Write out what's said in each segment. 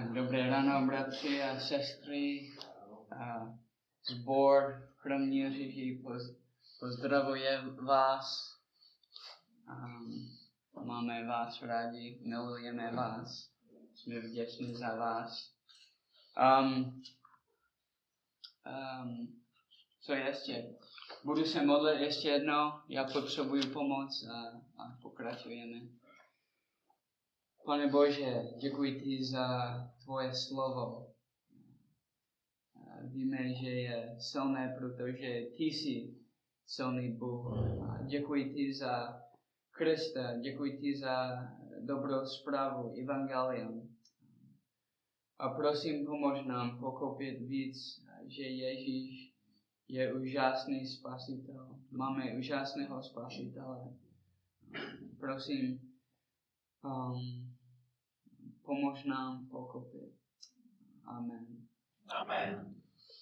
Dobré ráno, bratři a sestry. Sbor v Kroměříži pozdravuje vás. Máme vás rádi, milujeme vás. Jsme vděční za vás. Co ještě? Budu se modlit ještě jednou. Já potřebuji pomoc a pokračujeme. Pane Bože, děkuji ti za tvoje slovo. Víme, že je silné, protože ty jsi silný Bůh. Děkuji ti za Krista, děkuji ti za dobrou zprávu, evangelium. A prosím, pomož nám pochopit víc, že Ježíš je úžasný spasitel. Máme úžasného spasitele. Prosím, pomož nám pochopit. Amen. Amen.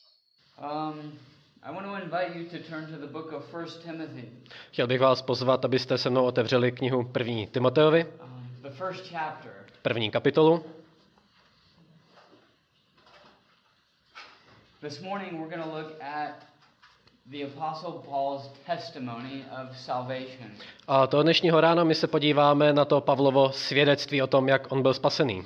I want to invite you to turn to the book of 1 Timothy. Chtěl bych vás pozvat, abyste se mnou otevřeli knihu 1. Timoteovi, The first chapter. první kapitolu. This morning we're going to look at the Apostle Paul's testimony of salvation. A toho dnešního rána my se podíváme na to Pavlovo svědectví o tom, jak on byl spasený.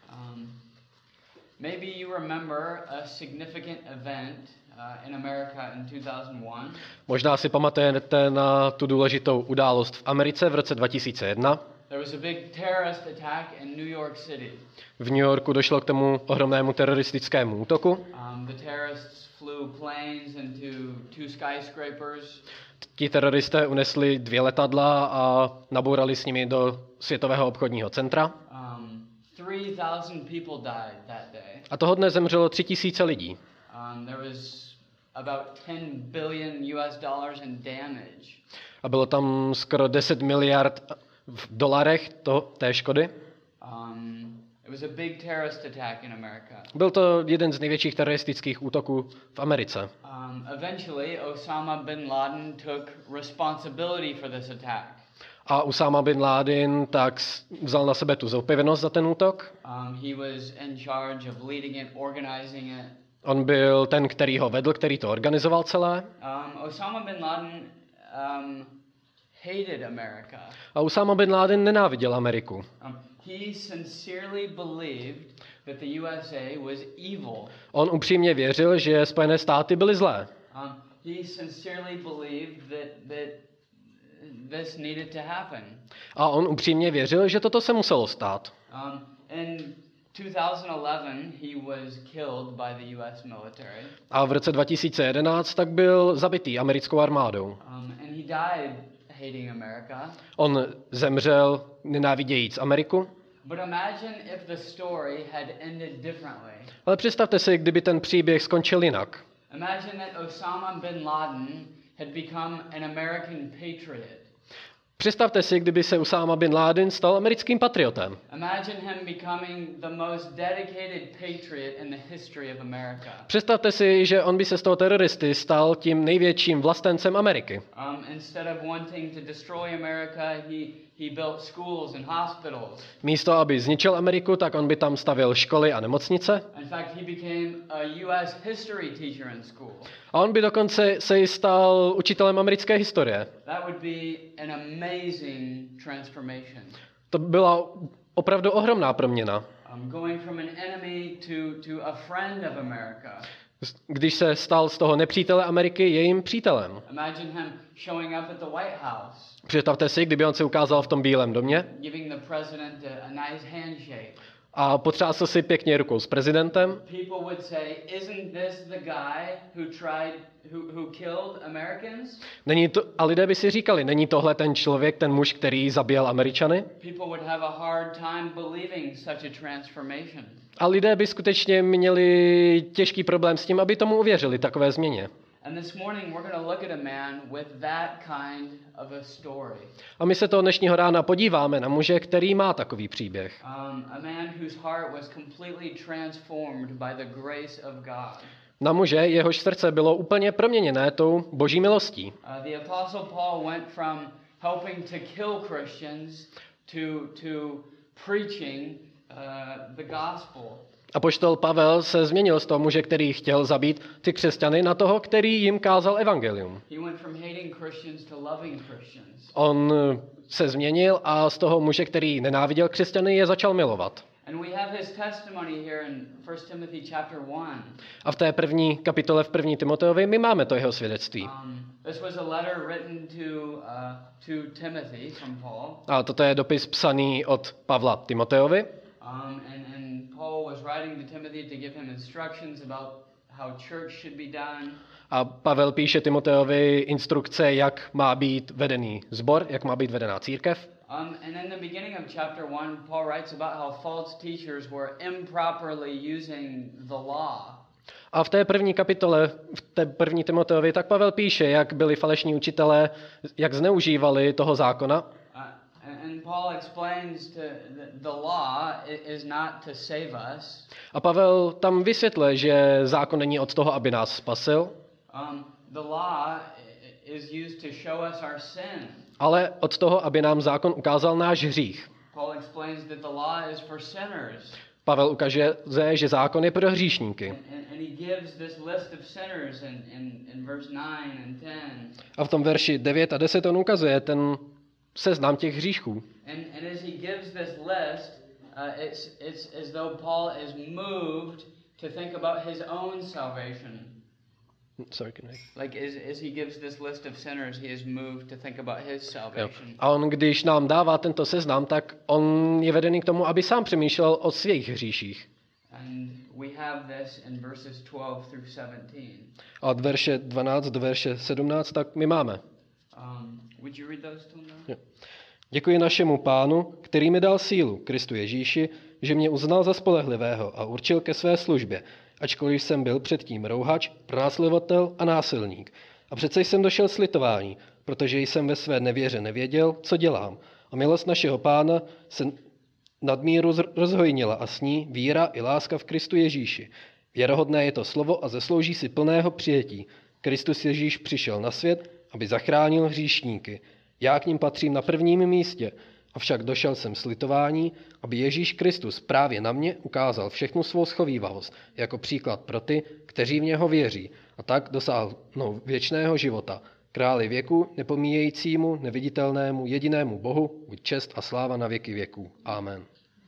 Maybe you remember a significant event in America in 2001. Možná si pamatujete na tu důležitou událost v Americe v roce 2001. There was a big terrorist attack in New York City. V New Yorku došlo k tomu ohromnému teroristickému útoku. The terrorists flew planes into two skyscrapers. Ti teroristé unesli 2 letadla a nabourali s nimi do Světového obchodního centra. 3,000 people died that day. A toho dne zemřelo 3,000 lidí. There was about 10 billion US dollars in damage. A bylo tam skoro 10 miliard v dolarech té škody. It was a big terrorist attack in America. Byl to jeden z největších teroristických útoků v Americe. Eventually Osama bin Laden took responsibility for this attack. A Usama bin Laden tak vzal na sebe tu zodpovědnost za ten útok. He was in charge of leading it, organizing it. On byl ten, který ho vedl, který to organizoval celé. Osama bin Laden hated America. A Usama bin Laden nenáviděl Ameriku. He sincerely believed that the USA was evil. On upřímně věřil, že Spojené státy byly zlé. He sincerely believed that this needed to happen. A on upřímně věřil, že toto se muselo stát. In 2011 he was killed by the US military. A v roce 2011 tak byl zabitý americkou armádou. And he died hating America. On zemřel nenávidějíc Ameriku. But imagine if the story had ended differently. Ale představte si, kdyby ten příběh skončil jinak. Imagine that Osama bin Laden had become an American patriot. Představte si, kdyby se Usama bin Laden stal americkým patriotem. Imagine him becoming the most dedicated patriot in the history of America. Představte si, že on by se z toho teroristy stal tím největším vlastencem Ameriky. Instead of wanting to destroy America, he built schools and hospitals. Místo, aby zničil Ameriku, tak on by tam stavěl školy a nemocnice. In fact, he became a US history teacher in school. A on by dokonce se stal učitelem americké historie. That would be an amazing transformation. To byla opravdu ohromná proměna. Going from an enemy to a friend of America. Když se stal z toho nepřítele Ameriky jejím přítelem. Imagine him showing up at the White House. Představte si, kdyby on se ukázal v tom Bílém domě. Giving the president a nice handshake. A potřásl si pěkně rukou s prezidentem. People would say, isn't this the guy who killed Americans? A lidé by si říkali, není tohle ten člověk, ten muž, který zabil Američany? People would have a hard time believing such a transformation. A lidé by skutečně měli těžký problém s tím, aby tomu uvěřili, takové změně. And this morning we're going to look at a man with that kind of a story. A my se toho dnešního rána podíváme na muže, který má takový příběh. A man whose heart was completely transformed by the grace of God. Na muže, jehož srdce bylo úplně proměněné tou boží milostí. The apostle Paul went from helping to kill Christians to preaching the gospel. Apoštol Pavel se změnil z toho muže, který chtěl zabít ty křesťany, na toho, který jim kázal evangelium. On se změnil a z toho muže, který nenáviděl křesťany, je začal milovat. A v té první kapitole v 1. Timoteovi my máme to jeho svědectví. A toto je dopis psaný od Pavla Timoteovi. A Pavel píše Timoteovi instrukce, jak má být vedený sbor, jak má být vedená církev. And in the beginning of chapter 1, Paul writes about how false teachers were improperly using the law. A v té první kapitole, v té první Timoteovi, tak Pavel píše, jak byli falešní učitelé, jak zneužívali toho zákona. And Paul explains the law is not to save us. A Pavel tam vysvětluje, že zákon není od toho, aby nás spasil. The law is used to show us our sin. Ale od toho, aby nám zákon ukázal náš hřích. Paul explains that the law is for sinners. Pavel ukazuje, že zákon je pro hříšníky. And he gives this list of sinners in verse 9 and 10. A v tom verši 9 a 10 on ukazuje ten seznam těch hříchů. And as he gives this list, it's as though Paul is moved to think about his own salvation. Sorry, can I? Like as he gives this list of sinners, he is moved to think about his salvation. A on, když nám dává tento seznam, tak on je vedený k tomu, aby sám přemýšlel o svých hříších. And we have this in verses 12 through 17. A od verše 12 do verše 17, tak my máme. Would you read those to me? Děkuji našemu Pánu, který mi dal sílu, Kristu Ježíši, že mě uznal za spolehlivého a určil ke své službě, ačkoliv jsem byl předtím rouhač, pronásledovatel a násilník. A přece jsem došel slitování, protože jsem ve své nevěře nevěděl, co dělám. A milost našeho Pána se nadmíru rozhojnila a s ní víra i láska v Kristu Ježíši. Věrohodné je to slovo a zaslouží si plného přijetí. Kristus Ježíš přišel na svět, aby zachránil hříšníky. Já k ním patřím na prvním místě, avšak došel jsem slitování, aby Ježíš Kristus právě na mě ukázal všechnu svou schovívavost jako příklad pro ty, kteří v něho věří, a tak dosáhnou věčného života. Králi věku, nepomíjejícímu, neviditelnému, jedinému Bohu, buď čest a sláva na věky věků. Amen.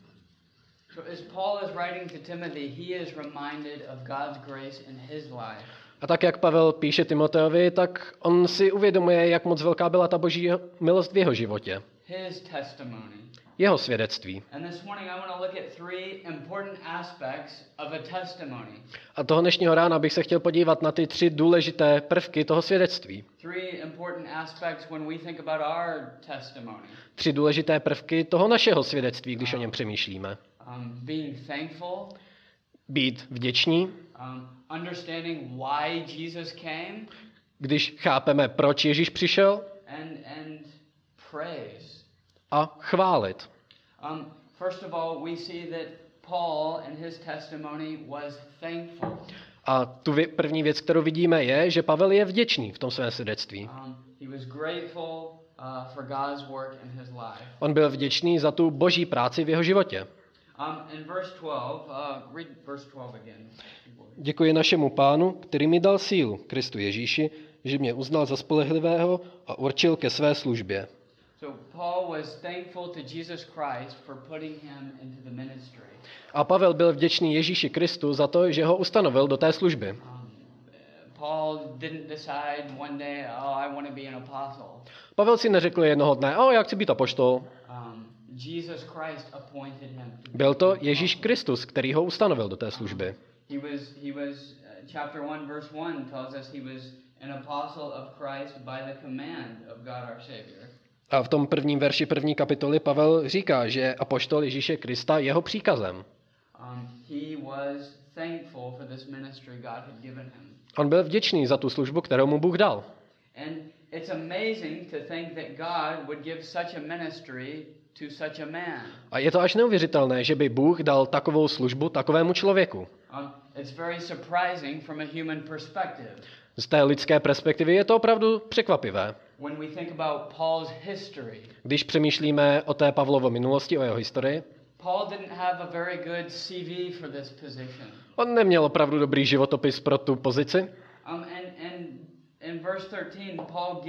So as Paul is writing to Timothy, he is reminded of God's grace in his life. A tak, jak Pavel píše Timoteovi, tak on si uvědomuje, jak moc velká byla ta boží milost v jeho životě. His testimony. Jeho svědectví. And this morning I want to look at three important aspects of a testimony. A toho dnešního rána bych se chtěl podívat na ty 3 důležité prvky toho svědectví. Three important aspects when we think about our testimony. 3 důležité prvky toho našeho svědectví, když o něm přemýšlíme. Being thankful. Být vděční. Understanding why Jesus came. Když chápeme, proč Ježíš přišel. And praise. A chválit. First of all, we see that Paul in his testimony was thankful. A tu první věc, kterou vidíme, je, že Pavel je vděčný v tom svém svědectví. He was grateful for God's work in his life. On byl vděčný za tu boží práci v jeho životě. In verse 12, read verse 12 again. Děkuji našemu Pánu, který mi dal sílu, Kristu Ježíši, že mě uznal za spolehlivého a určil ke své službě. So Paul was thankful to Jesus Christ for putting him into the ministry. A Pavel byl vděčný Ježíši Kristu za to, že ho ustanovil do té služby. Paul didn't decide one day, I want to be an apostle. Pavel si neřekl jednoho dne, já chci být apoštol. Jesus Christ appointed him. Byl to Ježíš Kristus, který ho ustanovil do té služby. He was chapter 1 verse 1 tells us he was an apostle of Christ by the command of God our Savior. A v tom prvním verši první kapitoly Pavel říká, že je apoštol Ježíše Krista jeho příkazem. He was thankful for this ministry God had given him. On byl vděčný za tu službu, kterou mu Bůh dal. And it's amazing to think that God would give such a ministry to such a man. A je to až neuvěřitelné, že by Bůh dal takovou službu takovému člověku. It's very surprising from a human perspective. Z té lidské perspektivy je to opravdu překvapivé. When we think about Paul's history. Když přemýšlíme o té Pavlovo minulosti, o jeho historii. Paul didn't have a very good CV for this position. On neměl opravdu dobrý životopis pro tu pozici. And in verse 13, Paul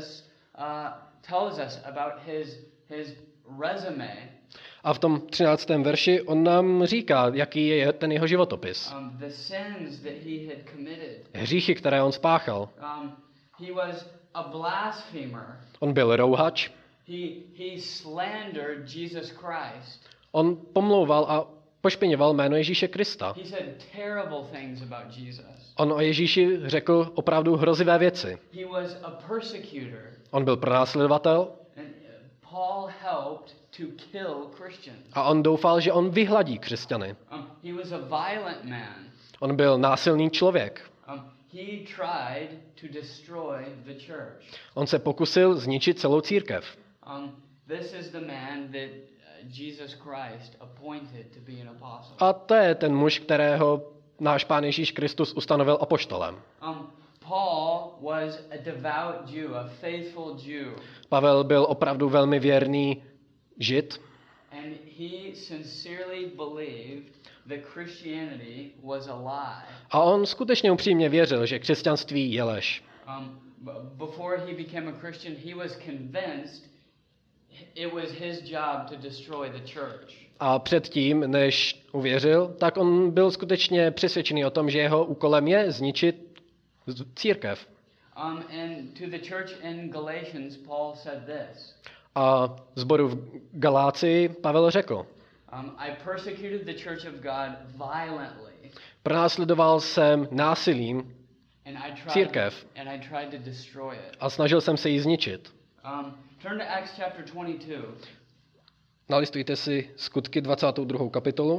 tells us about his resume. A v tom 13. verši on nám říká, jaký je ten jeho životopis. The sins that he had committed. Hříchy, které on spáchal. He was a blasphemer. On byl rouhač. He slandered Jesus Christ. On pomlouval a pošpiňoval jméno Ježíše Krista. He said terrible things about Jesus. On o Ježíši řekl opravdu hrozivé věci. He was a persecutor. On byl pronásledovatel. And Paul helped to kill Christians. A on doufal, že on vyhladí křesťany. He was a violent man. On byl násilný člověk. He tried to destroy the church. On se pokusil zničit celou církev. This is the man that Jesus Christ appointed to be an apostle. A to je ten muž, kterého náš Pán Ježíš Kristus ustanovil apoštolem. Paul was a devout Jew, a faithful Jew. Pavel byl opravdu velmi věrný Žid. And he sincerely believed that Christianity was a lie. A on skutečně upřímně věřil, že křesťanství je lež. Before he became a Christian, he was convinced it was his job to destroy the church. A předtím, než uvěřil, tak on byl skutečně přesvědčený o tom, že jeho úkolem je zničit církev. And to the church in Galatians, Paul said this. A zboru v Galácii Pavel řekl: I persecuted the church of God violently. Pronásledoval jsem násilím církev and I tried to destroy it. a snažil jsem se ji zničit. Turn to Acts chapter 22. Nalistujte si Skutky 22. kapitolu.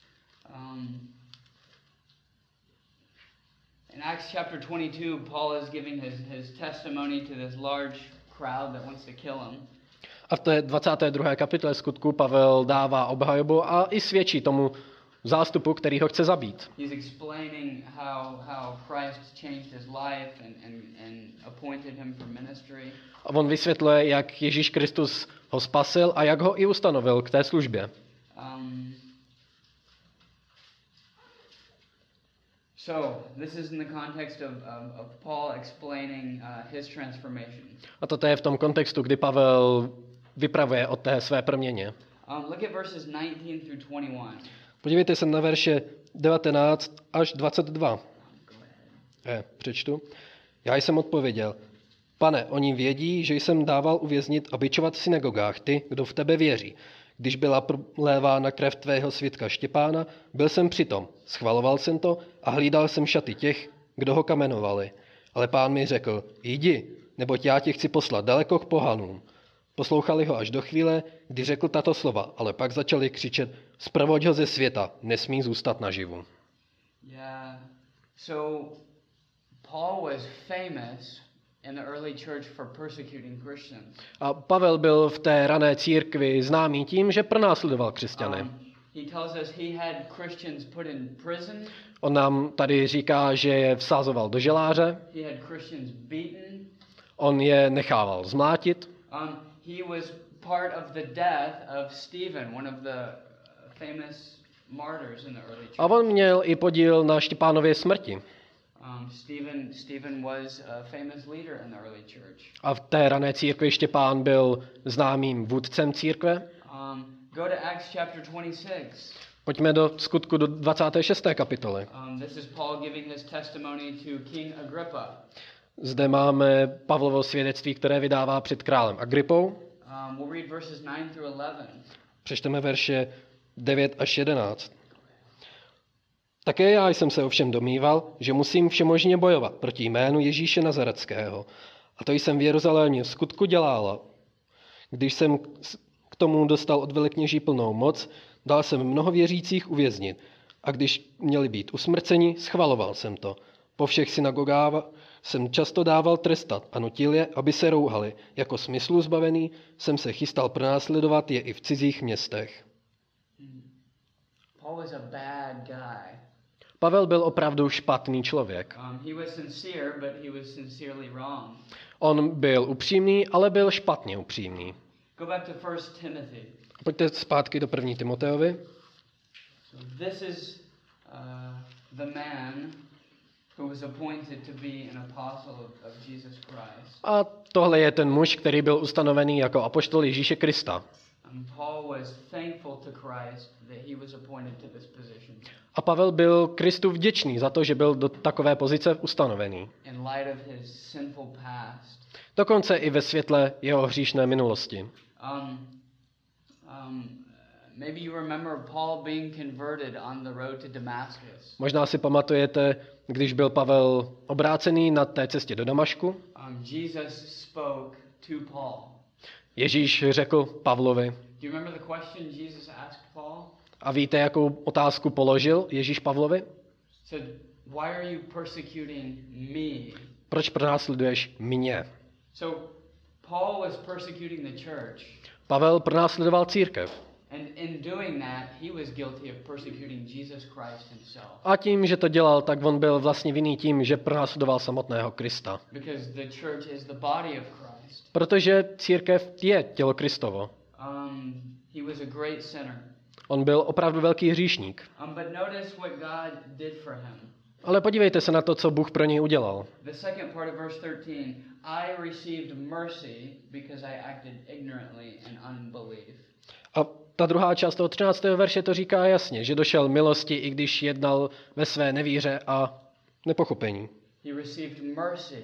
In Acts chapter 22, Paul is giving his testimony to this large crowd that wants to kill him. A v té 22. kapitole Skutku Pavel dává obhajobu a i svědčí tomu zástupu, který ho chce zabít. He's explaining how Christ changed his life and appointed him for ministry. A on vysvětluje, jak Ježíš Kristus ho spasil a jak ho i ustanovil k té službě. So, this is in the context of Paul explaining his transformation. A toto je v tom kontextu, kdy Pavel vypravuje o té své proměně. Look at verses 19 through 21. Podívejte se na verše 19 až 22. Přečtu. Já jsem odpověděl: Pane, oni vědí, že jsem dával uvěznit a bičovat v synagogách ty, kdo v tebe věří. Když byla prolévána krev tvého svědka Štěpána, byl jsem přitom, schvaloval jsem to a hlídal jsem šaty těch, kdo ho kamenovali. Ale Pán mi řekl: Jdi, neboť já tě chci poslat daleko k pohanům. Poslouchali ho až do chvíle, kdy řekl tato slova, ale pak začali křičet: Zprovoď ho ze světa, nesmí zůstat naživu. Yeah. So Paul was famous in the early church for persecuting Christians. A Pavel byl v té rané církvi známý tím, že pronásledoval křesťany. He tells us he had Christians put in prison. On nám tady říká, že je vsázoval do želáře. He had Christians beaten. On je nechával zmlátit. He was part of the death of Stephen, one of the famous martyrs in the early church. A on měl i podíl na Štěpánově smrti. Stephen was a famous leader in the early church. A v té rané církvi Štěpán byl známým vůdcem církve. Go to Acts chapter 26. Pojďme do Skutku do 26. kapitoly. This is Paul giving his testimony to King Agrippa. Zde máme Pavlovo svědectví, které vydává před králem Agripou. We'll read verses 9 through 11. Přečteme verše 9 až 11. Také já jsem se ovšem domníval, že musím všemožně bojovat proti jménu Ježíše Nazareckého. A to jsem v Jeruzalémě v skutku dělala. Když jsem k tomu dostal od velekněží plnou moc, dal jsem mnoho věřících uvěznit. A když měli být usmrceni, schvaloval jsem to. Po všech synagogách jsem často dával trestat a nutil je, aby se rouhali. Jako smyslu zbavený jsem se chystal pronásledovat je i v cizích městech. Paul was a bad guy. Pavel byl opravdu špatný člověk. He was sincere, but he was sincerely wrong. On byl upřímný, ale byl špatně upřímný. Go back to 1 Timothy. Pojďte zpátky do 1. Timoteovi. So this is the man who was appointed to be an apostle of Jesus Christ. A tohle je ten muž, který byl ustanovený jako apoštol Ježíše Krista. Paul was thankful to Christ that he was appointed to this position. A Pavel byl Kristu vděčný za to, že byl do takové pozice ustanovený. In light of his sinful past. Dokonce i ve světle jeho hříšné minulosti. Maybe you remember Paul being converted on the road to Damascus. Možná si pamatujete, když byl Pavel obrácený na té cestě do Damašku. Jesus spoke to Paul. Ježíš řekl Pavlovi. Do you remember the question Jesus asked Paul? A víte, jakou otázku položil Ježíš Pavlovi? Said, why are you persecuting me? Proč pronásleduješ mě? So Paul was persecuting the church. Pavel pronásledoval církev. And in doing that, he was guilty of persecuting Jesus Christ himself. A tím, že to dělal, tak on byl vlastně vinný tím, že pronásledoval samotného Krista. Because the church is the body of Christ. Protože církev je tělo Kristovo. He was a great sinner. On byl opravdu velký hříšník. But notice what God did for him. Ale podívejte se na to, co Bůh pro něj udělal. The second part of verse 13, I received mercy because I acted ignorantly in unbelief. A ta druhá část toho 13. verše to říká jasně, že došel milosti, i když jednal ve své nevíře a nepochopení. He received mercy.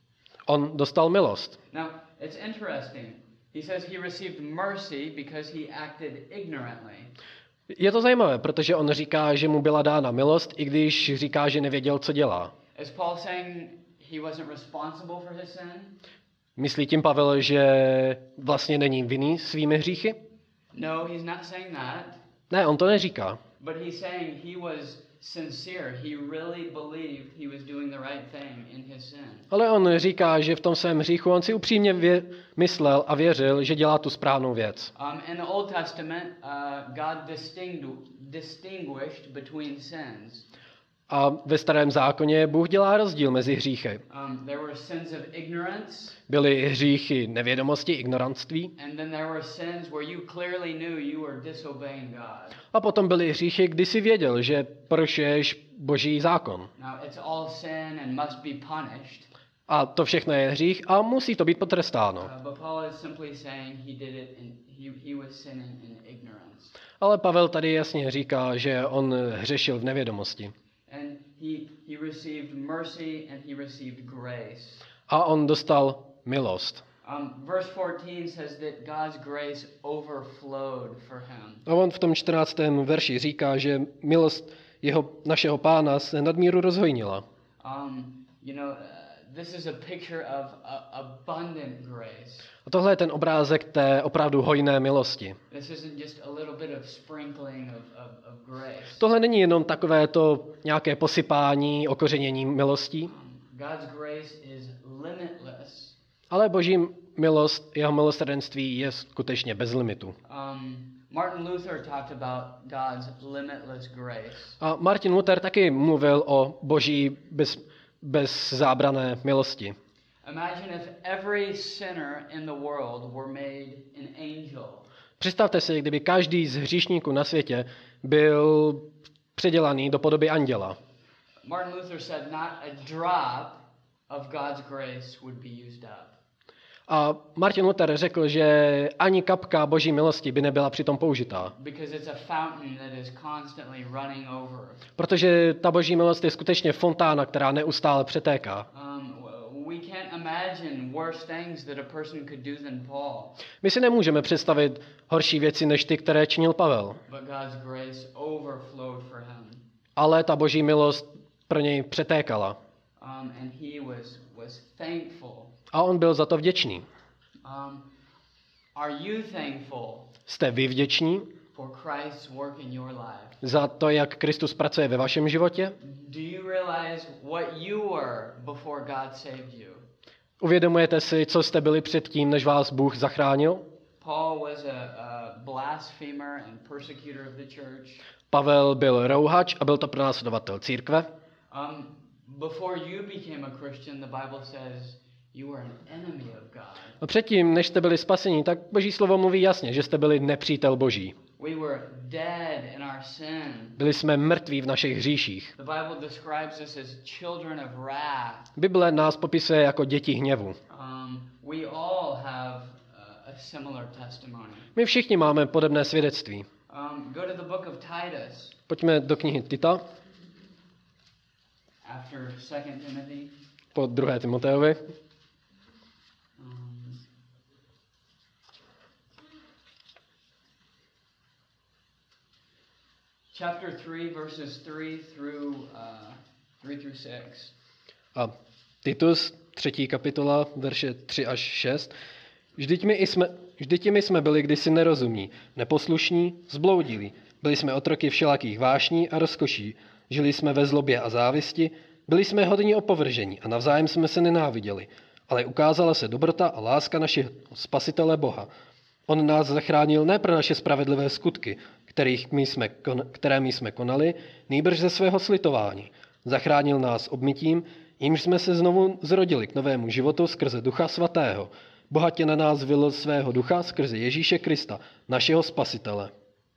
On dostal milost. Now, it's interesting. He says he received mercy because he acted ignorantly. Je to zajímavé, protože on říká, že mu byla dána milost, i když říká, že nevěděl, co dělá. Is Paul saying he wasn't responsible for his sin? Myslí tím Pavel, že vlastně není vinný svými hříchy? No, he's not saying that. Ne, on to neříká. But he's saying he was sincere. He really believed he was doing the right thing in his sin. Ale on říká, že v tom svém hříchu on si upřímně myslel a věřil, že dělá tu správnou věc. In the Old Testament, God distinguished between sins. A ve Starém zákoně Bůh dělá rozdíl mezi hříchy. There were sins of ignorance. Byly hříchy nevědomosti, ignorantství. And then there were sins where you clearly knew you were disobeying God. A potom byly hříchy, kdy si věděl, že porušuješ Boží zákon. Now it's all sin and must be punished. A to všechno je hřích a musí to být potrestáno. But Paul is simply saying he did it and he was sinning in ignorance. Ale Pavel tady jasně říká, že on hřešil v nevědomosti. And he received mercy and he received grace. A on dostal milost. Verse 14 says that God's grace overflowed for him. A on v tom 14. verši říká, že milost našeho Pána se nadmíru rozhojnila. This is a picture of abundant grace. A tohle je ten obrázek té opravdu hojné milosti. This isn't just a little bit of sprinkling of grace. Tohle není jenom takové to nějaké posypání, okořenění milostí. God's grace is limitless. Ale Boží milost, jeho milosrdenství je skutečně bez limitu. Martin Luther talked about God's limitless grace. A Martin Luther taky mluvil o Boží bez zábrané milosti. Imagine if every sinner in the world were made an angel. Představte si, kdyby každý z hříšníků na světě byl předělaný do podoby anděla. Martin Luther said not a drop of God's grace would be used up. A Martin Luther řekl, že ani kapka Boží milosti by nebyla přitom použitá. Because it's a fountain that is constantly running over. Protože ta Boží milost je skutečně fontána, která neustále přetéká. We can't imagine worse things that a person could do than Paul. My si nemůžeme představit horší věci než ty, které činil Pavel. But God's grace overflowed for him. Ale ta Boží milost pro něj přetékala. And he was thankful. A on byl za to vděčný. Are you thankful? Jste vy vděční For Christ's work in your life? za to, jak Kristus pracuje ve vašem životě? Do you realize what you were before God saved you? Uvědomujete si, co jste byli předtím, než vás Bůh zachránil? Paul was a blasphemer and persecutor of the church. Pavel byl rouhač a byl to pronásledovatel církve. Before you became a Christian, the Bible says you were an enemy of God. A předtím, než jste byli spaseni, tak Boží slovo mluví jasně, že jste byli nepřítel Boží. We were dead in our sin. Byli jsme mrtví v našich hříších. The Bible describes us as children of wrath. Bible nás popisuje jako děti hněvu. We all have a similar testimony. My všichni máme podobné svědectví. Go to the book of Titus. Pojďme do knihy Tita, After 2 Timothy. po 2. Timoteovi. Chapter 3, verses 3 through 6. A Titus, 3. kapitola, verše 3 až 6. Vždyť my jsme byli kdysi nerozumní, neposlušní, zbloudilí. Byli jsme otroky všelakých vášní a rozkoší. Žili jsme ve zlobě a závisti, byli jsme hodně opovržení a navzájem jsme se nenáviděli. Ale ukázala se dobrota a láska našeho Spasitele Boha. On nás zachránil ne pro naše spravedlivé skutky, které my jsme konali, nýbrž ze svého slitování. Zachránil nás obmytím, jímž jsme se znovu zrodili k novému životu skrze Ducha Svatého. Bohatě na nás vylil svého ducha skrze Ježíše Krista, našeho Spasitele.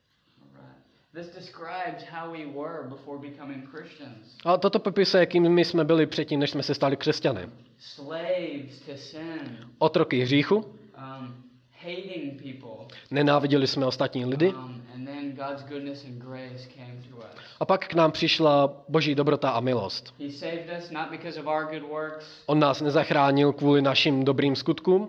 A toto popisuje, jakým my jsme byli předtím, než jsme se stali křesťany. Otroky hříchu. Nenáviděli jsme ostatní lidi. A pak k nám přišla Boží dobrota a milost. On nás nezachránil kvůli našim dobrým skutkům,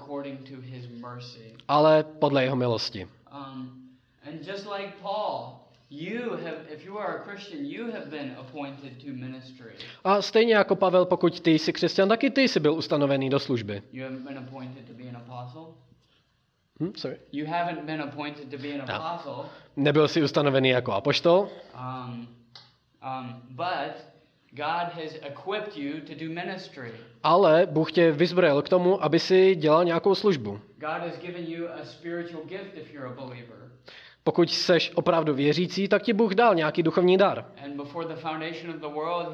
ale podle jeho milosti. And just like Paul, if you are a Christian, you have been appointed to ministry. A stejně jako Pavel, pokud ty jsi křesťan, taky ty jsi byl ustanovený do služby. You haven't been appointed to be an apostle? Sorry. You haven't been appointed to be an apostle. Nebyl jsi ustanovený jako apoštol. But God has equipped you to do ministry. Ale Bůh tě vyzbrojil k tomu, aby si dělal nějakou službu. God has given you a spiritual gift if you're a believer. Pokud seš opravdu věřící, tak ti Bůh dal nějaký duchovní dar. And before the foundation of the world,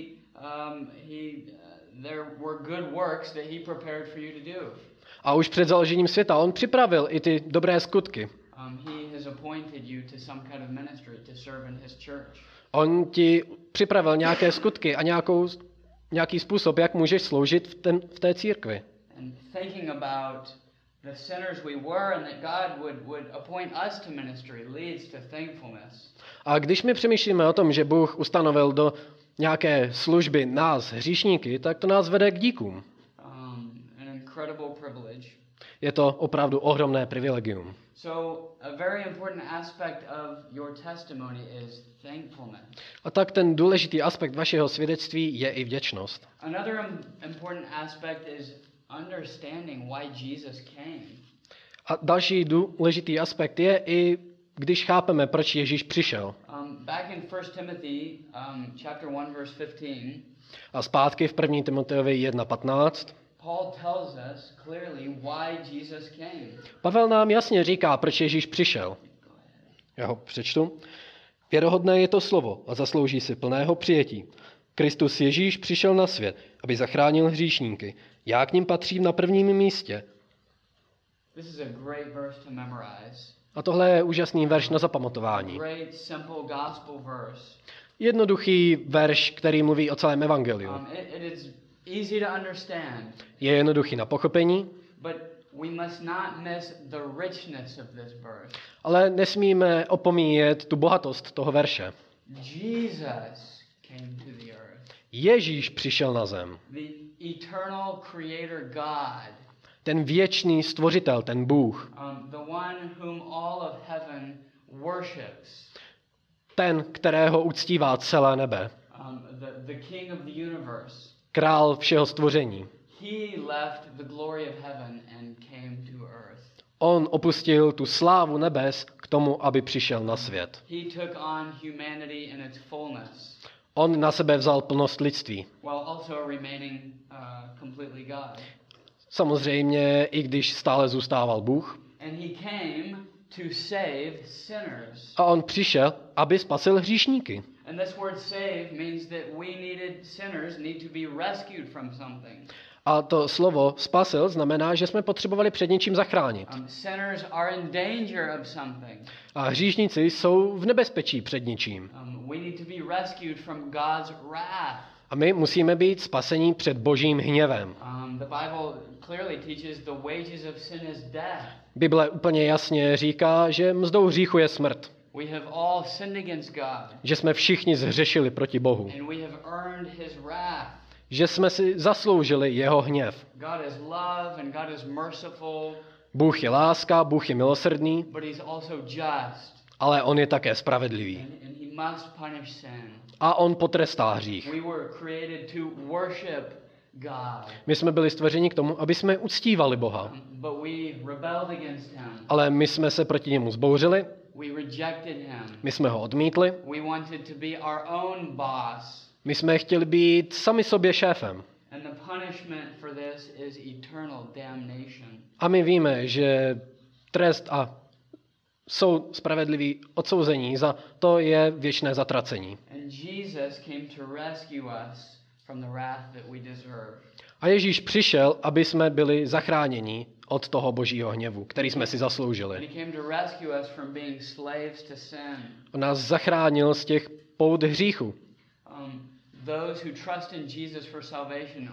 there were good works that he prepared for you to do. A už před založením světa on připravil i ty dobré skutky. He has appointed you to some kind of ministry to serve in his church. On ti připravil nějaké skutky a nějaký způsob, jak můžeš sloužit v té církvi. And thinking about the sinners we were and that God would appoint us to ministry leads to thankfulness. A když my přemýšlíme o tom, že Bůh ustanovil do nějaké služby nás, hříšníky, tak to nás vede k díkům. An incredible privilege. Je to opravdu ohromné privilegium. So a very important aspect of your testimony is thankfulness. A tak ten důležitý aspekt vašeho svědectví je i vděčnost. Another important aspect is understanding why Jesus came. A další důležitý aspekt je i když chápeme, proč Ježíš přišel. Back in 1 Timothy, chapter 1, verse 15. A zpátky v 1. Timoteovi 1:15. Paul tells us clearly why Jesus came. Pavel nám jasně říká, proč Ježíš přišel. Já ho přečtu. Věrohodné je to slovo a zaslouží si plného přijetí. Kristus Ježíš přišel na svět, aby zachránil hříšníky. Já k nim patřím na prvním místě. This is a great verse to memorize. A tohle je úžasný verš na zapamatování. Great simple gospel verse. Jednoduchý verš, který mluví o celém evangeliu. It is easy to understand. Je jednoduchý na pochopení, But we must not miss the richness of this verse. ale nesmíme opomíjet tu bohatost toho verše. Jesus came to the earth. Ježíš přišel na zem. The eternal creator God. Ten věčný stvořitel, ten Bůh. The one whom all of heaven worships. Ten, kterého uctívá celé nebe. The king of the universe. Král všeho stvoření. He left the glory of heaven and came to earth. On opustil tu slávu nebes k tomu, aby přišel na svět. He took on humanity in its fullness. On na sebe vzal plnost lidství. While also remaining completely God. Samozřejmě, i když stále zůstával Bůh. And he came to save sinners. A on přišel, aby spasil hříšníky. And this word save means that sinners need to be rescued from something. A to slovo spasil znamená, že jsme potřebovali před něčím zachránit. Sinners are in danger of something. A hříšníci jsou v nebezpečí před něčím. We need to be rescued from God's wrath. A my musíme být spasení před Božím hněvem. The Bible clearly teaches the wages of sin is death. Bible úplně jasně říká, že mzdou hříchu je smrt. We have all sinned against God. Že jsme všichni zhřešili proti Bohu. And we have earned his wrath. Že jsme si zasloužili jeho hněv. God is love and God is merciful. Bůh je láska, Bůh je milosrdný, But he's also just. ale on je také spravedlivý. And he must punish sin. A on potrestá hřích. We were created to worship God. My jsme byli stvořeni k tomu, aby jsme uctívali Boha. But we rebelled against him. Ale my jsme se proti němu zbouřili, We rejected him. my jsme ho odmítli, We wanted to be our own boss. my jsme chtěli být sami sobě šéfem. And the punishment for this is eternal damnation. A my víme, že trest a soud spravedlivý odsouzení za to je věčné zatracení. And Jesus came to rescue us from the wrath that we deserve. A Ježíš přišel, aby jsme byli zachráněni od toho božího hněvu, který jsme si And zasloužili. he came to rescue us from being slaves to sin. On nás zachránil z těch pout hříchu. Those who trust in Jesus for salvation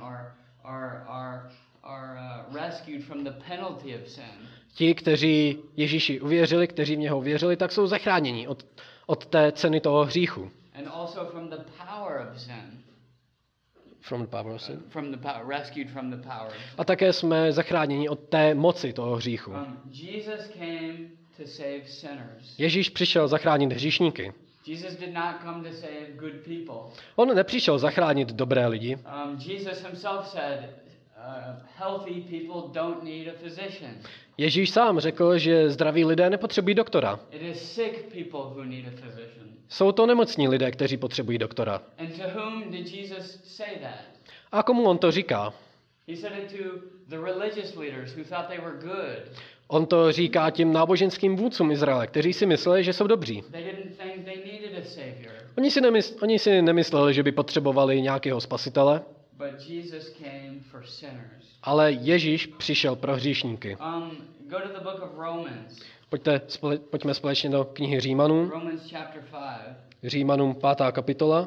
are rescued from the penalty of sin. Ti, kteří Ježíši uvěřili, kteří v něho uvěřili, tak jsou zachráněni od té ceny toho hříchu. And also from the power of sin. From the power of sin. Rescued from the power. A také jsme zachráněni od té moci toho hříchu. Jesus came to save sinners. Ježíš přišel zachránit hříšníky. Jesus did not come to save good people. On nepřišel zachránit dobré lidi. Jesus himself said, healthy people don't need a physician. Ježíš sám řekl, že zdraví lidé nepotřebují doktora. It is sick people who need a physician. Jsou to nemocní lidé, kteří potřebují doktora. And to whom did Jesus say that? A komu on to říká? He said it to the religious leaders who thought they were good. On to říká těm náboženským vůdcům Izraele, kteří si mysleli, že jsou dobří. They didn't think they needed a savior. Oni si nemysleli, že by potřebovali nějakého spasitele, But Jesus came for sinners. ale Ježíš přišel pro hříšníky. Go to the book of Romans. Pojďme společně do knihy Římanům. Romans chapter 5. Římanům 5. kapitola.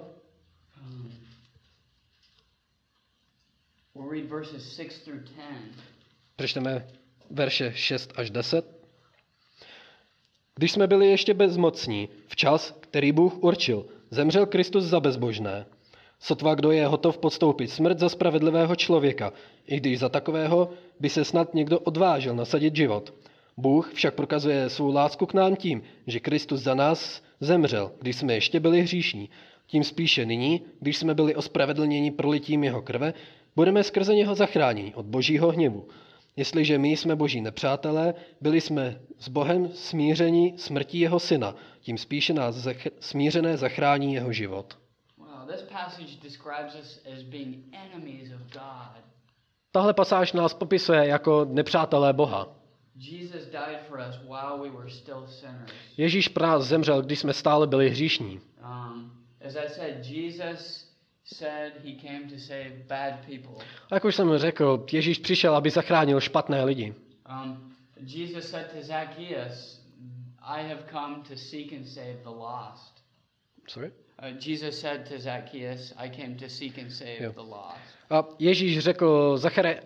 We'll read verses 6 through 10. Přečteme verše 6 až 10. Když jsme byli ještě bezmocní, včas, který Bůh určil, zemřel Kristus za bezbožné. Sotva kdo je hotov podstoupit smrt za spravedlivého člověka, i když za takového by se snad někdo odvážil nasadit život. Bůh však prokazuje svou lásku k nám tím, že Kristus za nás zemřel, když jsme ještě byli hříšní. Tím spíše nyní, když jsme byli ospravedlněni prolitím jeho krve, budeme skrze něho zachráněni od božího hněvu. Jestliže my jsme boží nepřátelé, byli jsme s Bohem smířeni smrtí jeho syna, tím spíše nás smířené zachrání jeho život. This passage describes us as being enemies of God. Tahle pasáž nás popisuje jako nepřátelé Boha. Jesus died for us while we were still sinners. Ježíš pro nás zemřel, když jsme stále byli hříšní. As I said, Jesus said he came to save bad people. A jak už jsem řekl, Ježíš přišel, aby zachránil špatné lidi. Jesus said to Zacchaeus, I have come to seek and save the lost. Sorry? Jesus said to Zacchaeus, I came to seek and save the lost. A Ježíš řekl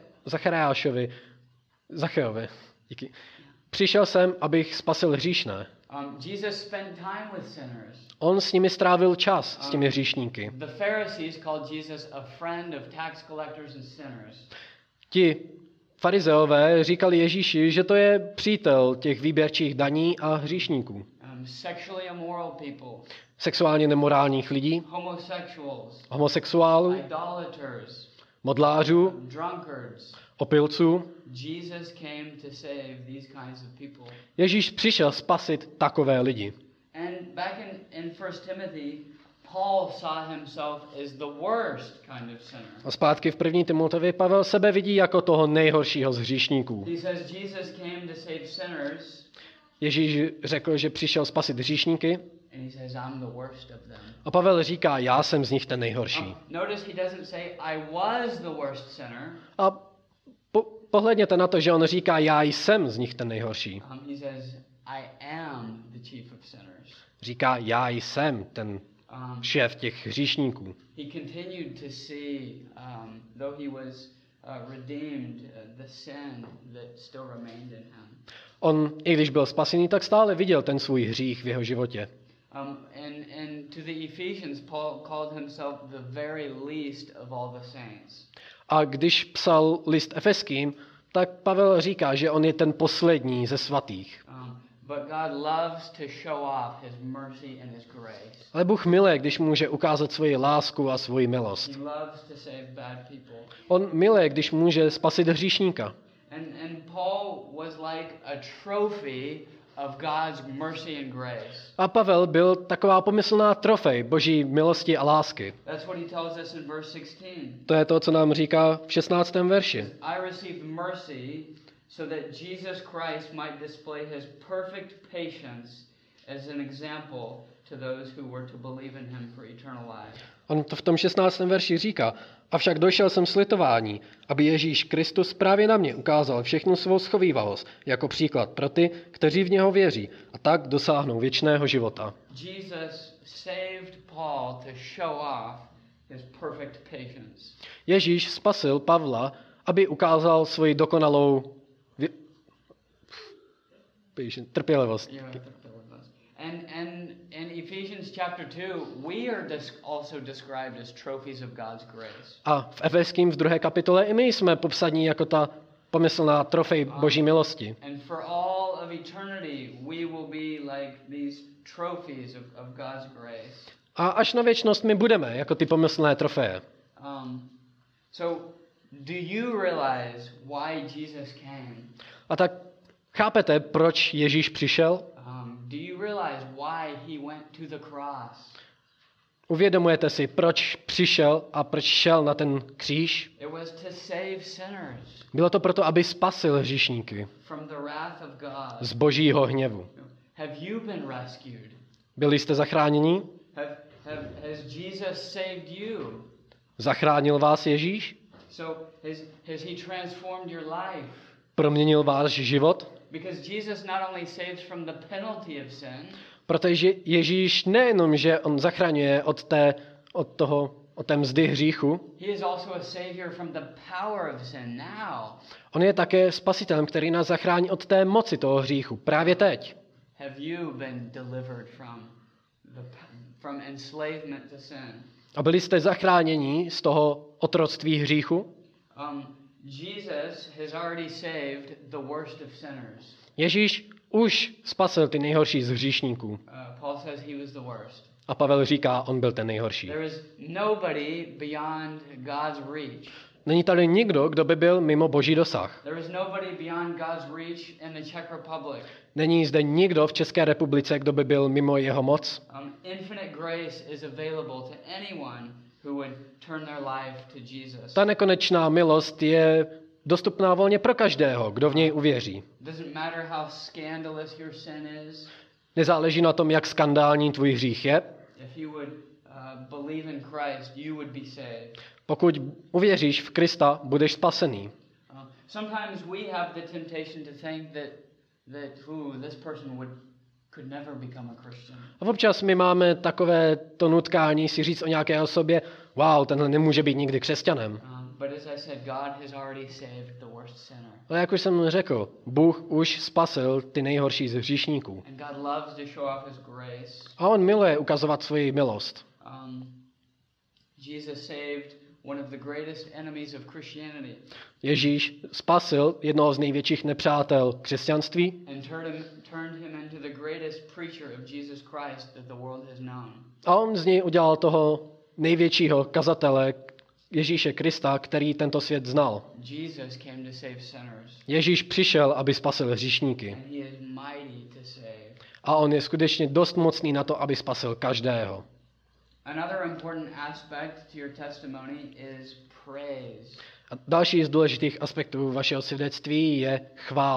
Zacheovi, díky. Přišel jsem, abych spasil hříšné. Jesus spent time with sinners. On s nimi strávil čas, s těmi hříšníky. The Pharisees called Jesus a friend of tax collectors and sinners. Ti farizeové říkali Ježíši, že to je přítel těch výběrčích daní a hříšníků. Sexually immoral people. Sexuálně nemorálních lidí, Homosexuals. homosexuálů, Idolaters. modlářů, Drunkards. opilců. Jesus came to save these kinds of people. Ježíš přišel spasit takové lidi. And back in 1 Timothy, Paul saw himself as the worst kind of sinner. A zpátky v 1. Timoteovi Pavel sebe vidí jako toho nejhoršího z hříšníků. He says Jesus came to save sinners. Ježíš řekl, že přišel spasit hříšníky. and he says, I'm the worst of them. A Pavel říká, já jsem z nich ten nejhorší. Notice he doesn't say, I was the worst sinner. A pohledněte na to, že on říká, já jsem z nich ten nejhorší. He says, I am the chief of sinners. Říká, já jsem ten šéf těch hříšníků. He continued to see, though he was redeemed, the sin that still remained in him. On, i když byl spasený, tak stále viděl ten svůj hřích v jeho životě. And to the Ephesians, Paul called himself the very least of all the saints. A když psal list Efeským, tak Pavel říká, že on je ten poslední ze svatých. But God loves to show off his mercy and his grace. Ale Bůh miluje, když může ukázat svoji lásku a svoji milost. He loves to save bad people. On miluje, když může spasit hříšníka. And Paul was like a trophy of God's mercy and grace. A Pavel byl taková pomyslná trofej Boží milosti a lásky. That's what he tells us in verse 16. To je to, co nám říká v 16. verši. I received mercy so that Jesus Christ might display his perfect patience as an example to those who were to believe in him for eternal life. On to v tom 16. verši říká, avšak došel jsem slitování, aby Ježíš Kristus právě na mě ukázal všechnu svou schovívavost jako příklad pro ty, kteří v něho věří a tak dosáhnou věčného života. Jesus saved Paul to show off his perfect patience. Ježíš spasil Pavla, aby ukázal svoji dokonalou trpělivost. And in Ephesians chapter 2, we are also described as trophies of God's grace. A v Efeským v 2. kapitole i my jsme popsaní jako ta pomyslná trofej Boží milosti. And for all of eternity, we will be like these trophies of God's grace. A až na věčnost my budeme jako ty pomyslné trofeje. So, do you realize why Jesus came? A tak chápete, proč Ježíš přišel? Do you realize why he went to the cross? Uvědomujete si, proč přišel a proč šel na ten kříž? It was to save sinners Bylo to proto, aby spasil hříšníky from the wrath of God. z Božího hněvu. Have you been rescued? Byli jste zachráněni? Has Jesus saved you? Zachránil vás Ježíš? So has he transformed your life? Proměnil váš život? Because Jesus not only saves from the penalty of sin, Protože Ježíš nejenom, že on zachraňuje od té mzdy hříchu, he is also a savior from the power of sin now. on je také spasitelem, který nás zachrání od té moci toho hříchu právě teď. Have you been delivered from enslavement to sin? A byli jste zachráněni z toho otroctví hříchu? Jesus has already saved the worst of sinners. Ježíš už spasil ty nejhorší z hříšníků. Paul says he was the worst. A Pavel říká, on byl ten nejhorší. There is nobody beyond God's reach. Není tady nikdo, kdo by byl mimo Boží dosah. There is nobody beyond God's reach in the Czech Republic. Není zde nikdo v České republice, kdo by byl mimo jeho moc. Infinite grace is available to anyone who would turn their life to Jesus. Ta nekonečná milost je dostupná volně pro každého, kdo v něj uvěří. Doesn't matter how scandalous your sin is. Nezáleží na tom, jak skandální tvůj hřích je. If you would believe in Christ, you would be saved. Pokud uvěříš v Krista, budeš spasený. Sometimes we have the temptation to think that this person could never become a Christian. A občas my máme takové to nutkání si říct o nějaké osobě, wow, tenhle nemůže být nikdy křesťanem. But as I said, God has already saved the worst sinner. Ale jak už jsem řekl, Bůh už spasil ty nejhorší z hříšníků. And God loves to show off his grace. A on miluje ukazovat svoji milost. Jesus saved one of the greatest enemies of Christianity. Ježíš spasil jednoho z největších nepřátel křesťanství And turned him into the greatest preacher of Jesus Christ that the world has known. a on z něj udělal toho největšího kazatele Ježíše Krista, který tento svět znal. Jesus came to save sinners. Ježíš přišel, aby spasil hříšníky. And he is mighty to save. A on je skutečně dost mocný na to, aby spasil každého. Another important aspect to your testimony is praise. A další z důležitých aspektů vašeho svědectví je chválit.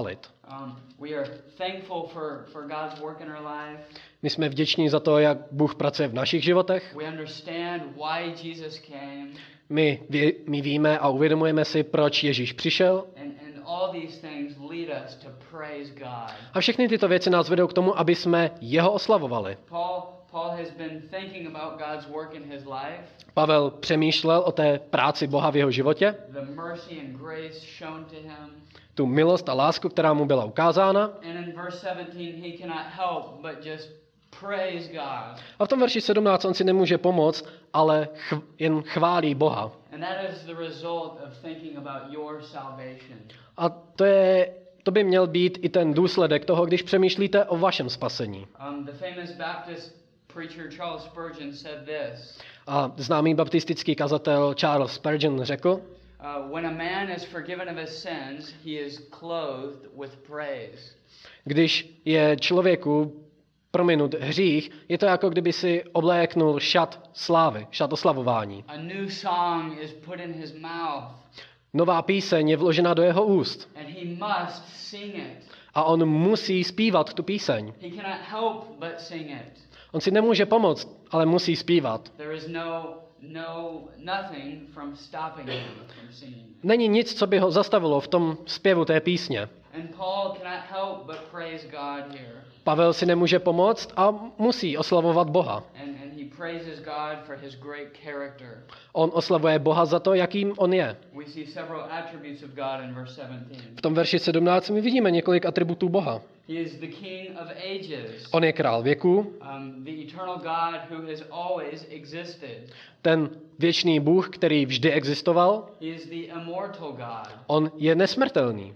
We are thankful for God's work in our life. My jsme vděční za to, jak Bůh pracuje v našich životech. We understand why Jesus came. My víme a uvědomujeme si, proč Ježíš přišel. And all these things lead us to praise God. A všechny tyto věci nás vedou k tomu, aby jsme jeho oslavovali. Paul has been thinking about God's work in his life. Pavel přemýšlel o té práci Boha v jeho životě, The mercy and grace shown to him. tu milost a lásku, která mu byla ukázána. And in verse 17 he cannot help but just praise God. A v tom verši 17 on si nemůže pomoct, ale jen chválí Boha. And that is the result of thinking about your salvation. A to by měl být i ten důsledek toho, když přemýšlíte o vašem spasení. The famous Baptist preacher Charles Spurgeon said this. A známý baptistický kazatel Charles Spurgeon řekl, when a man is forgiven of his sins, he is clothed with praise. Když je člověku prominut hřích, je to jako kdyby si obléknul šat slávy, šat oslavování. A new song is put in his mouth. Nová píseň je vložena do jeho úst. And he must sing it. A on musí zpívat tu píseň. He cannot help but sing it. On si nemůže pomoct, ale musí zpívat. There is nothing from stopping him from singing. Není nic, co by ho zastavilo v tom zpěvu té písně. And Paul cannot help but praise God here. Pavel si nemůže pomoct a musí oslavovat Boha. And he praises God for his great character. On oslavuje Boha za to, jakým on je. We see several attributes of God in verse 17. V tom verši 17 my vidíme několik atributů Boha. He is the King of ages. On je král věků, The eternal God who has always existed. ten věčný Bůh, který vždy existoval. He is the immortal God. On je nesmrtelný.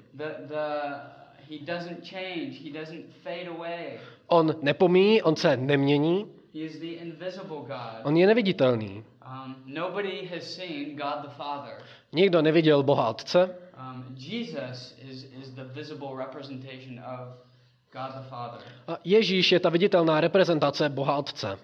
He doesn't change. He doesn't fade away. On nepomíjí, on se nemění. He is the invisible God. On je neviditelný. Nobody has seen God the Father. Nikdo neviděl Boha Otce. Jesus is the visible representation of God the Father. A Ježíš je ta viditelná reprezentace Boha Otce.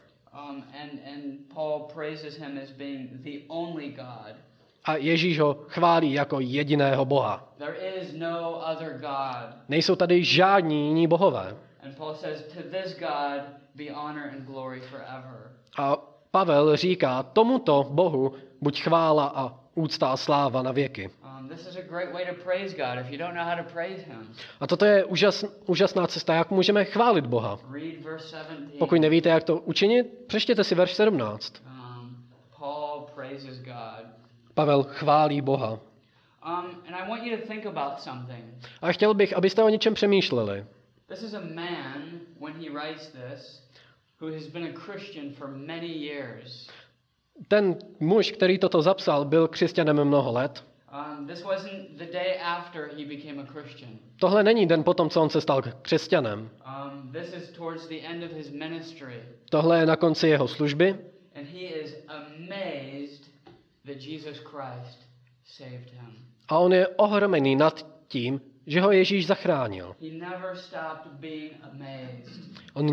And Paul praises him as being the only God. A Ježíš ho chválí jako jediného Boha. There is no other God. Nejsou tady žádní jiní bohové. And Paul says, to this God be honor and glory forever. A Pavel říká, tomuto Bohu buď chvála a úcta a sláva na věky. This is a great way to praise God if you don't know how to praise him. A toto je úžasná cesta, jak můžeme chválit Boha. Read verse 17. Pokud nevíte, jak to učinit, přečtěte si verš 17. Paul praises God. Pavel chválí Boha. And I want you to think about something. A chtěl bych, abyste o něčem přemýšleli. This is a man, when he writes this, who has been a Christian for many years. Ten muž, který toto zapsal, byl křesťanem mnoho let. This wasn't the day after he became a Christian. Tohle není den potom, co on se stal křesťanem. This is towards the end of his ministry. Tohle je na konci jeho služby. And he is amazed that Jesus Christ saved him. A on je ohromený nad tím, že ho Ježíš zachránil. He never stopped being amazed. On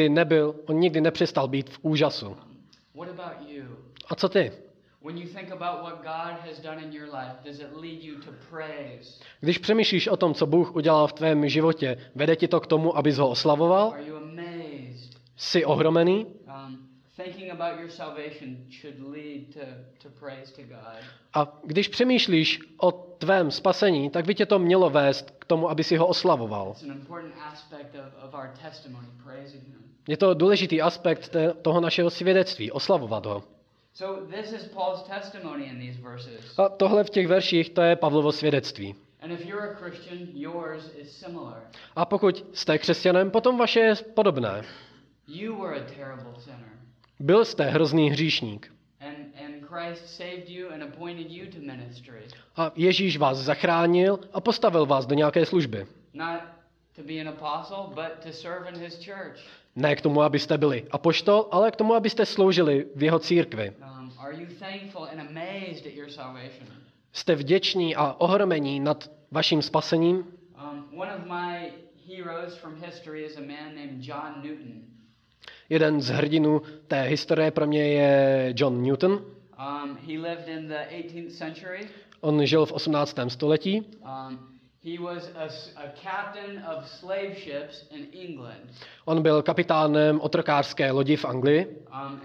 nikdy nepřestal být v úžasu. What about you? A co ty? When you think about what God has done in your life, does it lead you to praise? Když přemýšlíš o tom, co Bůh udělal v tvém životě, vede ti to k tomu, abys ho oslavoval? Are you amazed? Jsi ohromený? Thinking about your salvation should lead to praise to God. A když přemýšlíš o tvém spasení, tak by tě to mělo vést k tomu, aby si ho oslavoval. It's an important aspect of our testimony, praising him. Je to důležitý aspekt toho našeho svědectví, oslavovat ho. So this is Paul's testimony in these verses. A tohle v těch verších, to je Pavlovo svědectví. And if you're a Christian, yours is similar. A pokud jste křesťanem, potom vaše je podobné. You were a terrible sinner. Byl jste hrozný hříšník. And Christ saved you and appointed you to ministry. A Ježíš vás zachránil a postavil vás do nějaké služby. Not to be an apostle, but to serve in his church. Ne k tomu, abyste byli apoštol, ale k tomu, abyste sloužili v jeho církvi. Are you thankful and amazed at your salvation? Jste vděční a ohromení nad vaším spasením? One of my heroes from history is a man named John Newton. Jeden z hrdinů té historie pro mě je John Newton. He lived in the 18th century. On žil v 18. století. He was a captain of slave ships in England. On byl kapitánem otrokářské lodi v Anglii And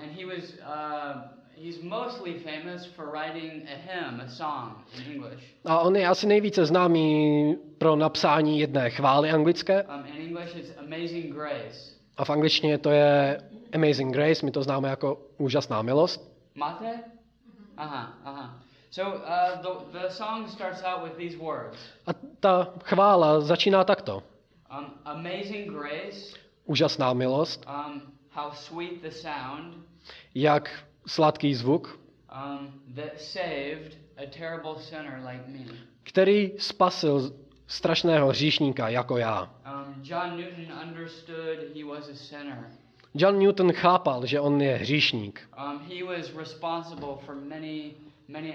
he's mostly famous for writing a hymn, a song in English. a on je asi nejvíce známý pro napsání jedné chvály anglické In English it's Amazing Grace. a v angličtině to je Amazing Grace, my to známe jako úžasná milost. Máte? Aha. So the song starts out with these words. A ta chvála začíná takto. Amazing grace. Úžasná milost, How sweet the sound. jak sladký zvuk, That saved a terrible sinner like me. který spasil strašného hříšníka jako já. John Newton understood he was a sinner. John Newton chápal, že on je hříšník. He was responsible for many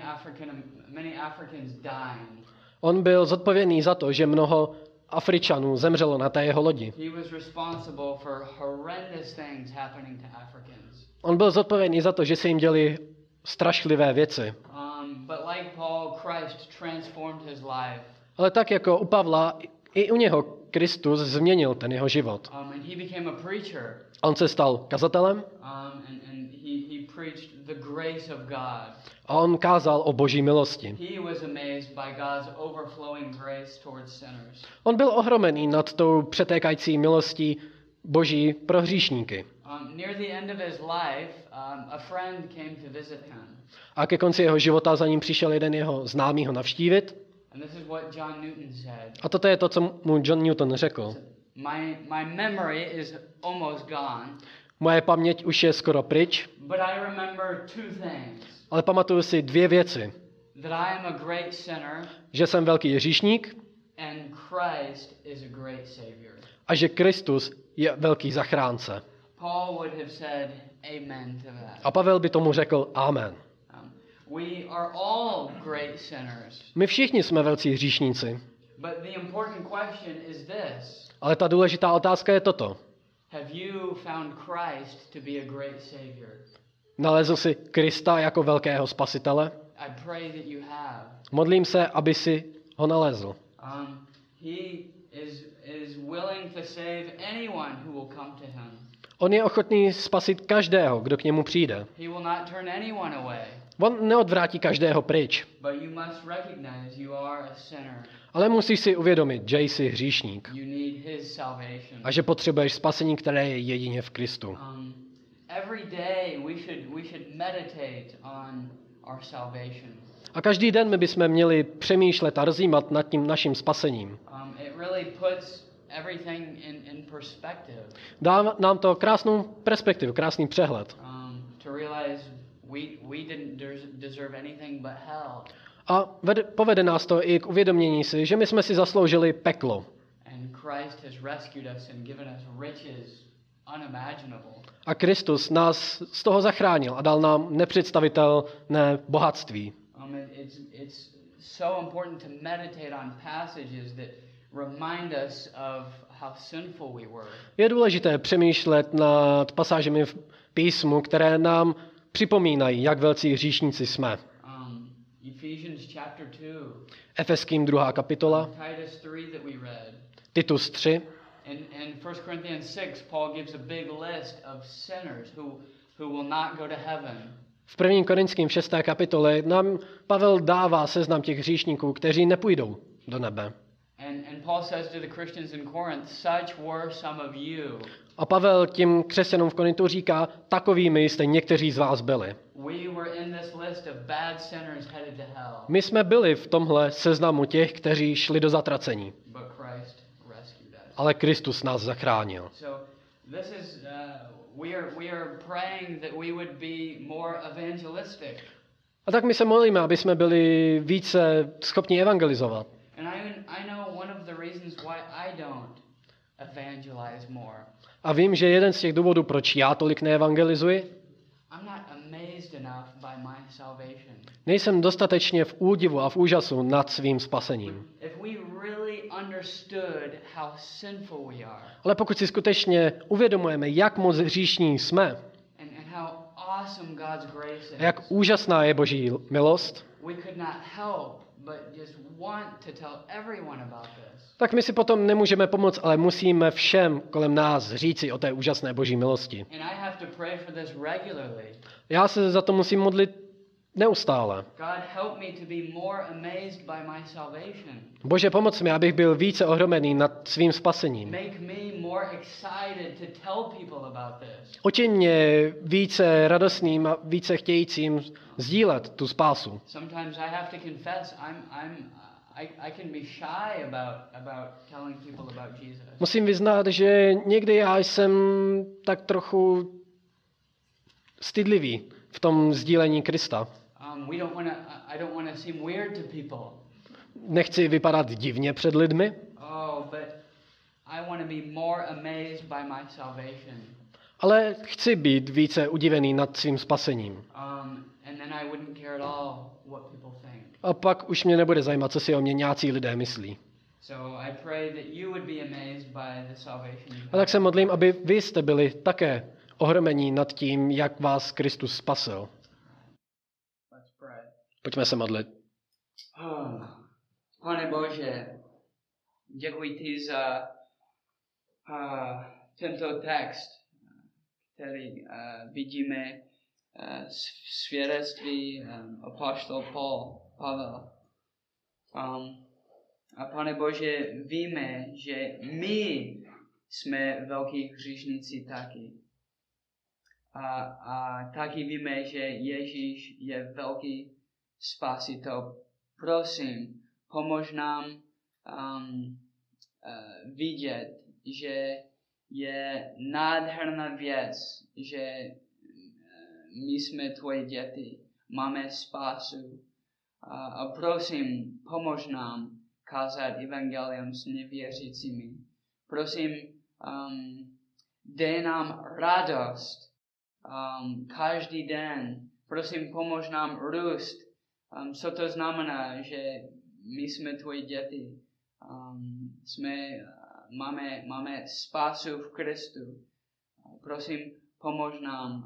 Africans dying. On byl zodpovědný za to, že mnoho Afričanů zemřelo na té jeho lodi. He was responsible for horrendous things happening to Africans. On byl zodpovědný za to, že se jim děly strašlivé věci. But like Paul, Christ transformed his life. Ale tak jako u Pavla, i u něho Kristus změnil ten jeho život. And he became a preacher. On se stal kazatelem And he preached the grace of God. a on kázal o boží milosti. He was amazed by God's overflowing grace towards sinners. On byl ohromený nad tou přetékající milostí boží pro hříšníky. Near the end of his life, a friend came to visit him. A ke konci jeho života za ním přišel jeden jeho známý ho navštívit. And this is what John Newton said. A toto je to, co mu John Newton řekl. My memory is almost gone, Moje paměť už je skoro pryč, but I remember two things. ale pamatuju si dvě věci. That I am a great sinner Že jsem velký hříšník and Christ is a great savior. a že Kristus je velký zachránce. Paul would have said amen to that. A Pavel by tomu řekl amen. We are all great sinners. My všichni jsme velcí hříšníci. But the important question is this. Ale ta důležitá otázka je toto. Have you found Christ to be a great savior? Nalezl jsi Krista jako velkého spasitele? I pray that you have. Modlím se, aby si ho nalezl. He is willing to save anyone who will come to him. On je ochotný spasit každého, kdo k němu přijde. He will not turn anyone away. On neodvrátí každého pryč. But you must recognize you are a sinner. Ale musíš si uvědomit, že jsi hříšník You need his salvation. a že potřebuješ spasení, které je jedině v Kristu. Every day we should meditate on our salvation. A každý den my bychom měli přemýšlet a rozjímat nad tím naším spasením. It really puts everything in perspective. Dá nám to krásnou perspektivu, krásný přehled. To realize we didn't deserve anything but hell. A povede nás to i k uvědomění si, že my jsme si zasloužili peklo. And Christ has rescued us and given us riches unimaginable. A Kristus nás z toho zachránil a dal nám nepředstavitelné bohatství. It's so important to meditate on passages that remind us of how sinful we were. Je důležité přemýšlet nad pasážemi v písmu, které nám připomínají, jak velcí hříšníci jsme. Ephesians chapter 2. Efeským 2. kapitola, Titus 3 that we read. Titus 3. In 1 Corinthians 6, Paul gives a big list of sinners who will not go to heaven. V 1. Korinským 6. kapitole nám Pavel dává seznam těch hříšníků, kteří nepůjdou do nebe. And Paul says to the Christians in Corinth, such were some of you. A Pavel tím křesťanům v Korintu říká, takovými jste někteří z vás byli. We were in this list of bad sinners headed to hell. My jsme byli v tomhle seznamu těch, kteří šli do zatracení. But Christ rescued us. Ale Kristus nás zachránil. So this is we are praying that we would be more evangelistic. A tak my se modlíme, aby jsme byli více schopni evangelizovat. And I know one of the reasons why I don't evangelize more. A vím, že jeden z těch důvodů, proč já tolik neevangelizuji, I'm not amazed enough by my salvation. nejsem dostatečně v údivu a v úžasu nad svým spasením. If we really understood how sinful we are Ale pokud si skutečně uvědomujeme, jak moc hříšní jsme and how awesome God's grace A jak is. úžasná je Boží milost, We could not help but just want to tell everyone about this. tak my si potom nemůžeme pomoct, ale musíme všem kolem nás říci o té úžasné Boží milosti. And I have to pray for this regularly. Já se za to musím modlit neustále. God, help me to be more amazed by my salvation. Bože, pomoc mi, abych byl více ohromený nad svým spasením. Make me more excited to tell people about this. Učiň mě více radostným a více chtějícím sdílet tu spásu. Sometimes I have to confess I can be shy about telling people about Jesus. Musím vyznat, že někdy já jsem tak trochu stydlivý v tom sdílení Krista. I don't want to seem weird to people. Nechci vypadat divně před lidmi, Oh, but I want to be more amazed by my salvation. ale chci být více udivený nad svým spasením. And then I wouldn't care at all what people think. A pak už mě nebude zajímat, co si o mě nějací lidé myslí. So I pray that you would be amazed by the salvation. A tak se modlím, aby vy jste byli také ohromení nad tím, jak vás Kristus spasil. Let's pray. Pojďme se modlit. Pane Bože, děkuji ti za tento text, který vidíme v svědectví apoštol Pavel. A Pane Bože, víme, že my jsme velký hříšníci taky. A taky víme, že Ježíš je velký spasitel. Prosím, pomož nám vidět, že je nádherná věc, že my jsme tvoje děti, máme spásu. A prosím, pomož nám kázat evangelium s nevěřícími. Prosím, dej nám radost každý den. Prosím, pomož nám růst. Co to znamená, že my jsme tvoje děti. Máme spásu v Kristu. Prosím, pomož nám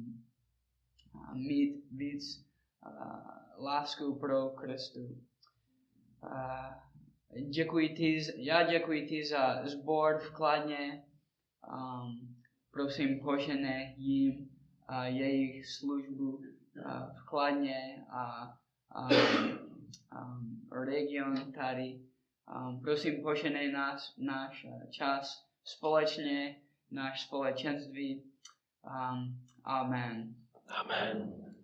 mít víc lásku pro Kristu. Já děkuji ti za sbor v Kladně. Prosím, poženej jim jejich službu v Kladně a region tady. Prosím, poženej náš čas společně, náš společenství. Amen. Amen.